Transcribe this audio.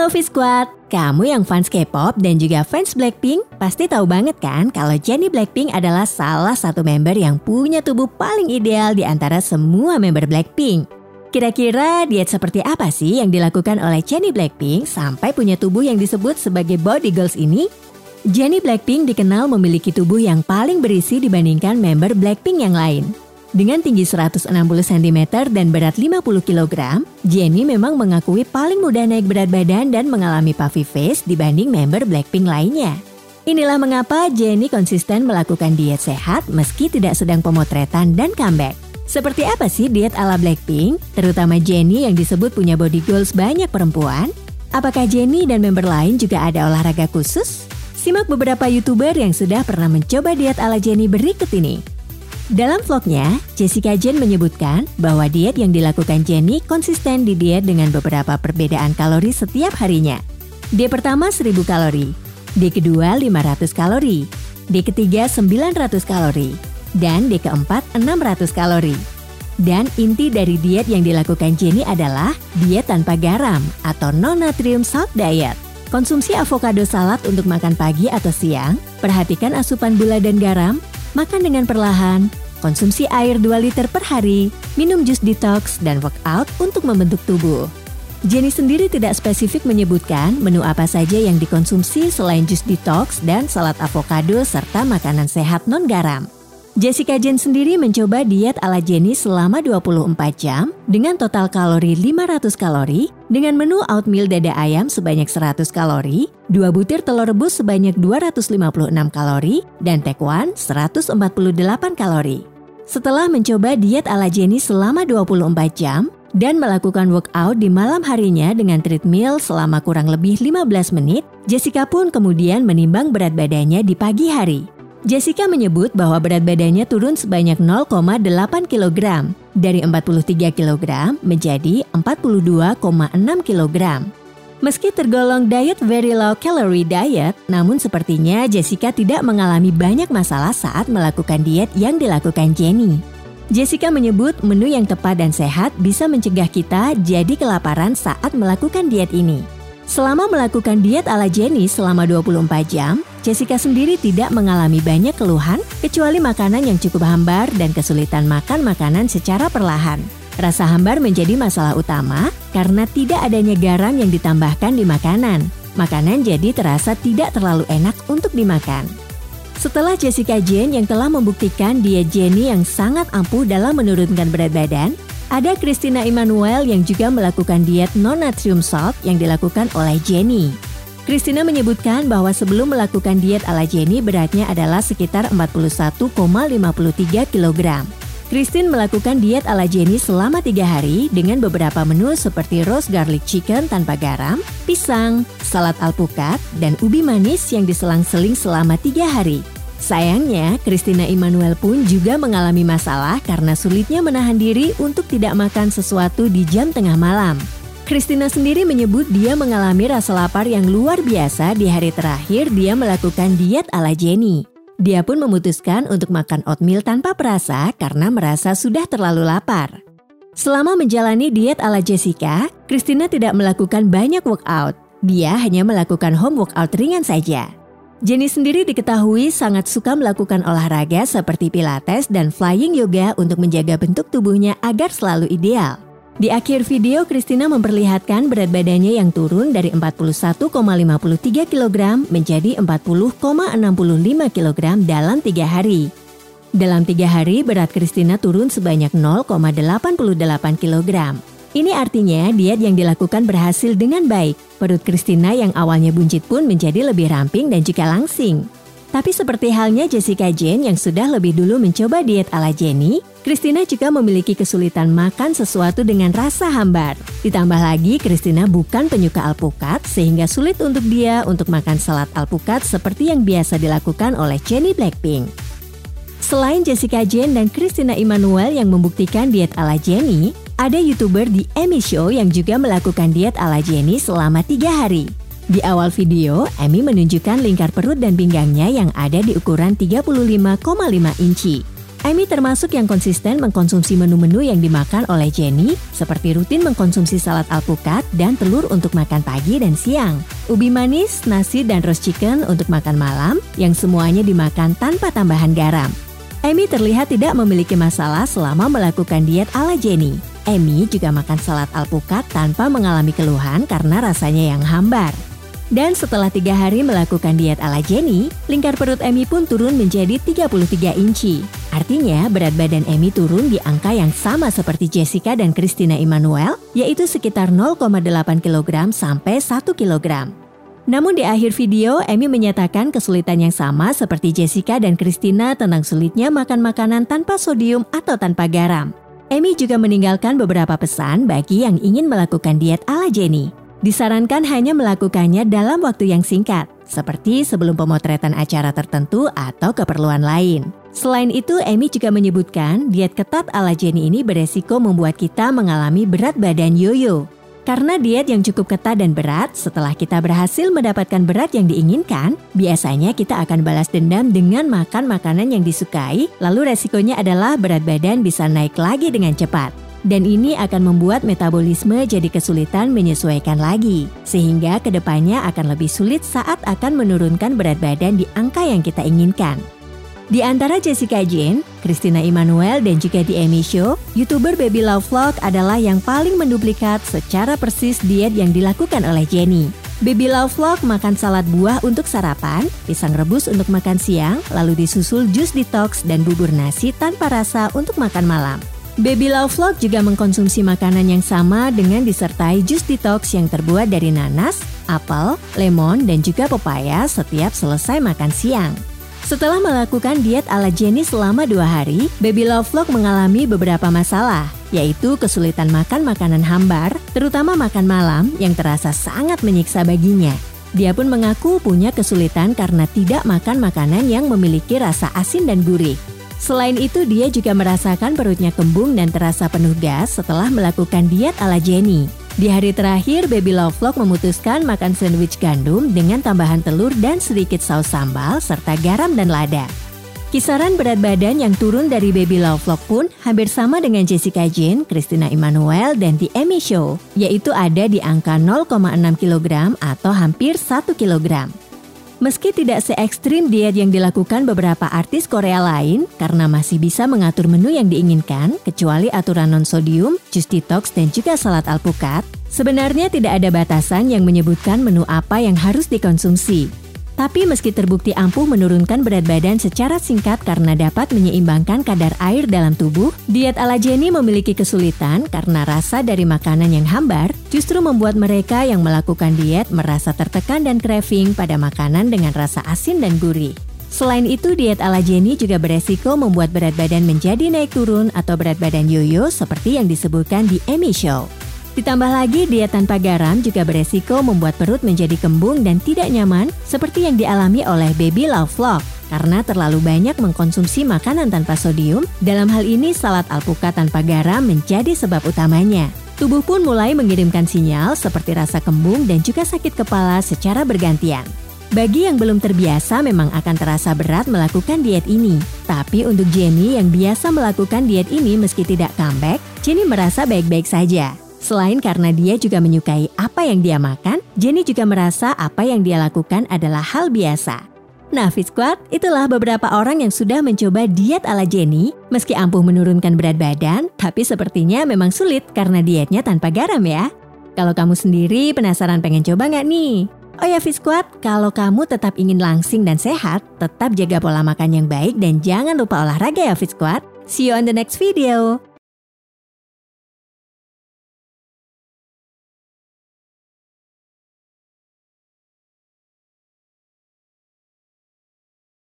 Halo V-Squad, kamu yang fans K-pop dan juga fans Blackpink pasti tahu banget kan kalau Jennie Blackpink adalah salah satu member yang punya tubuh paling ideal di antara semua member Blackpink. Kira-kira diet seperti apa sih yang dilakukan oleh Jennie Blackpink sampai punya tubuh yang disebut sebagai body goals ini? Jennie Blackpink dikenal memiliki tubuh yang paling berisi dibandingkan member Blackpink yang lain. Dengan tinggi 160 cm dan berat 50 kg, Jennie memang mengakui paling mudah naik berat badan dan mengalami puffy face dibanding member Blackpink lainnya. Inilah mengapa Jennie konsisten melakukan diet sehat meski tidak sedang pemotretan dan comeback. Seperti apa sih diet ala Blackpink, terutama Jennie yang disebut punya body goals banyak perempuan? Apakah Jennie dan member lain juga ada olahraga khusus? Simak beberapa YouTuber yang sudah pernah mencoba diet ala Jennie berikut ini. Dalam vlognya, Jessica Jane menyebutkan bahwa diet yang dilakukan Jennie konsisten di diet dengan beberapa perbedaan kalori setiap harinya. D pertama 1000 kalori, D kedua 500 kalori, D ketiga 900 kalori, dan D keempat 600 kalori. Dan inti dari diet yang dilakukan Jennie adalah diet tanpa garam atau non-natrium salt diet. Konsumsi avocado salad untuk makan pagi atau siang, perhatikan asupan gula dan garam, makan dengan perlahan, konsumsi air 2 liter per hari, minum jus detox, dan workout untuk membentuk tubuh. Jennie sendiri tidak spesifik menyebutkan menu apa saja yang dikonsumsi selain jus detox dan salad avocado serta makanan sehat non-garam. Jessica Jane sendiri mencoba diet ala Jennie selama 24 jam dengan total kalori 500 kalori, dengan menu oatmeal dada ayam sebanyak 100 kalori, 2 butir telur rebus sebanyak 256 kalori, dan tekwan 148 kalori. Setelah mencoba diet ala Jennie selama 24 jam dan melakukan workout di malam harinya dengan treadmill selama kurang lebih 15 menit, Jessica pun kemudian menimbang berat badannya di pagi hari. Jessica menyebut bahwa berat badannya turun sebanyak 0,8 kg, dari 43 kg menjadi 42,6 kg. Meski tergolong diet very low calorie diet, namun sepertinya Jessica tidak mengalami banyak masalah saat melakukan diet yang dilakukan Jennie. Jessica menyebut menu yang tepat dan sehat bisa mencegah kita jadi kelaparan saat melakukan diet ini. Selama melakukan diet ala Jennie selama 24 jam, Jessica sendiri tidak mengalami banyak keluhan kecuali makanan yang cukup hambar dan kesulitan makan makanan secara perlahan. Rasa hambar menjadi masalah utama karena tidak adanya garam yang ditambahkan di makanan. Makanan jadi terasa tidak terlalu enak untuk dimakan. Setelah Jessica Jane yang telah membuktikan diet Jennie yang sangat ampuh dalam menurunkan berat badan, ada Christina Immanuel yang juga melakukan diet non-natrium salt yang dilakukan oleh Jennie. Christina menyebutkan bahwa sebelum melakukan diet ala Jennie beratnya adalah sekitar 41,53 kg. Christine melakukan diet ala Jennie selama 3 hari dengan beberapa menu seperti roast garlic chicken tanpa garam, pisang, salad alpukat, dan ubi manis yang diselang-seling selama 3 hari. Sayangnya, Christina Immanuel pun juga mengalami masalah karena sulitnya menahan diri untuk tidak makan sesuatu di jam tengah malam. Christina sendiri menyebut dia mengalami rasa lapar yang luar biasa di hari terakhir dia melakukan diet ala Jennie. Dia pun memutuskan untuk makan oatmeal tanpa perasa karena merasa sudah terlalu lapar. Selama menjalani diet ala Jessica, Christina tidak melakukan banyak workout. Dia hanya melakukan home workout ringan saja. Jennie sendiri diketahui sangat suka melakukan olahraga seperti pilates dan flying yoga untuk menjaga bentuk tubuhnya agar selalu ideal. Di akhir video, Christina memperlihatkan berat badannya yang turun dari 41,53 kg menjadi 40,65 kg dalam 3 hari. Dalam 3 hari, berat Christina turun sebanyak 0,88 kg. Ini artinya diet yang dilakukan berhasil dengan baik. Perut Christina yang awalnya buncit pun menjadi lebih ramping dan juga langsing. Tapi seperti halnya Jessica Jane yang sudah lebih dulu mencoba diet ala Jennie, Christina juga memiliki kesulitan makan sesuatu dengan rasa hambar. Ditambah lagi Christina bukan penyuka alpukat sehingga sulit untuk dia untuk makan salad alpukat seperti yang biasa dilakukan oleh Jennie Blackpink. Selain Jessica Jane dan Christina Immanuel yang membuktikan diet ala Jennie, ada YouTuber di Amy Show yang juga melakukan diet ala Jennie selama 3 hari. Di awal video, Amy menunjukkan lingkar perut dan pinggangnya yang ada di ukuran 35,5 inci. Amy termasuk yang konsisten mengkonsumsi menu-menu yang dimakan oleh Jenny, seperti rutin mengkonsumsi salad alpukat dan telur untuk makan pagi dan siang, ubi manis, nasi, dan roast chicken untuk makan malam, yang semuanya dimakan tanpa tambahan garam. Amy terlihat tidak memiliki masalah selama melakukan diet ala Jenny. Amy juga makan salad alpukat tanpa mengalami keluhan karena rasanya yang hambar. Dan setelah 3 hari melakukan diet ala Jenny, lingkar perut Amy pun turun menjadi 33 inci. Artinya berat badan Amy turun di angka yang sama seperti Jessica dan Christina Immanuel, yaitu sekitar 0,8 kg sampai 1 kg. Namun di akhir video, Amy menyatakan kesulitan yang sama seperti Jessica dan Christina tentang sulitnya makan makanan tanpa sodium atau tanpa garam. Amy juga meninggalkan beberapa pesan bagi yang ingin melakukan diet ala Jenny. Disarankan hanya melakukannya dalam waktu yang singkat, seperti sebelum pemotretan acara tertentu atau keperluan lain. Selain itu, Amy juga menyebutkan diet ketat ala Jenny ini beresiko membuat kita mengalami berat badan yoyo. Karena diet yang cukup ketat dan berat, setelah kita berhasil mendapatkan berat yang diinginkan, biasanya kita akan balas dendam dengan makan makanan yang disukai, lalu resikonya adalah berat badan bisa naik lagi dengan cepat. Dan ini akan membuat metabolisme jadi kesulitan menyesuaikan lagi, sehingga kedepannya akan lebih sulit saat akan menurunkan berat badan di angka yang kita inginkan. Di antara Jessica Jane, Christina Immanuel, dan juga The Amy Show, YouTuber Baby Love Vlog adalah yang paling menduplikat secara persis diet yang dilakukan oleh Jenny. Baby Love Vlog makan salad buah untuk sarapan, pisang rebus untuk makan siang, lalu disusul jus detox dan bubur nasi tanpa rasa untuk makan malam. Baby Love Vlog juga mengkonsumsi makanan yang sama dengan disertai jus detox yang terbuat dari nanas, apel, lemon, dan juga pepaya setiap selesai makan siang. Setelah melakukan diet ala Jenny selama 2 hari, Baby Love Vlog mengalami beberapa masalah, yaitu kesulitan makan makanan hambar, terutama makan malam yang terasa sangat menyiksa baginya. Dia pun mengaku punya kesulitan karena tidak makan makanan yang memiliki rasa asin dan gurih. Selain itu, dia juga merasakan perutnya kembung dan terasa penuh gas setelah melakukan diet ala Jenny. Di hari terakhir, Baby Love Vlog memutuskan makan sandwich gandum dengan tambahan telur dan sedikit saus sambal serta garam dan lada. Kisaran berat badan yang turun dari Baby Love Vlog pun hampir sama dengan Jessica Jane, Christina Immanuel, dan The Amy Show, yaitu ada di angka 0,6 kg atau hampir 1 kg. Meski tidak se-ekstrim diet yang dilakukan beberapa artis Korea lain karena masih bisa mengatur menu yang diinginkan, kecuali aturan non-sodium, jus detox, dan juga salad alpukat, sebenarnya tidak ada batasan yang menyebutkan menu apa yang harus dikonsumsi. Tapi meski terbukti ampuh menurunkan berat badan secara singkat karena dapat menyeimbangkan kadar air dalam tubuh, diet ala Jenny memiliki kesulitan karena rasa dari makanan yang hambar justru membuat mereka yang melakukan diet merasa tertekan dan craving pada makanan dengan rasa asin dan gurih. Selain itu, diet ala Jenny juga beresiko membuat berat badan menjadi naik turun atau berat badan yoyo seperti yang disebutkan di Amy Show. Ditambah lagi, diet tanpa garam juga beresiko membuat perut menjadi kembung dan tidak nyaman seperti yang dialami oleh Baby Love Vlog. Karena terlalu banyak mengkonsumsi makanan tanpa sodium, dalam hal ini salad alpukat tanpa garam menjadi sebab utamanya. Tubuh pun mulai mengirimkan sinyal seperti rasa kembung dan juga sakit kepala secara bergantian. Bagi yang belum terbiasa memang akan terasa berat melakukan diet ini. Tapi untuk Jenny yang biasa melakukan diet ini meski tidak comeback, Jenny merasa baik-baik saja. Selain karena dia juga menyukai apa yang dia makan, Jenny juga merasa apa yang dia lakukan adalah hal biasa. Nah, Fit Squad, itulah beberapa orang yang sudah mencoba diet ala Jenny, meski ampuh menurunkan berat badan, tapi sepertinya memang sulit karena dietnya tanpa garam ya. Kalau kamu sendiri penasaran pengen coba nggak nih? Oh ya Fit Squad, kalau kamu tetap ingin langsing dan sehat, tetap jaga pola makan yang baik dan jangan lupa olahraga ya Fit Squad. See you on the next video.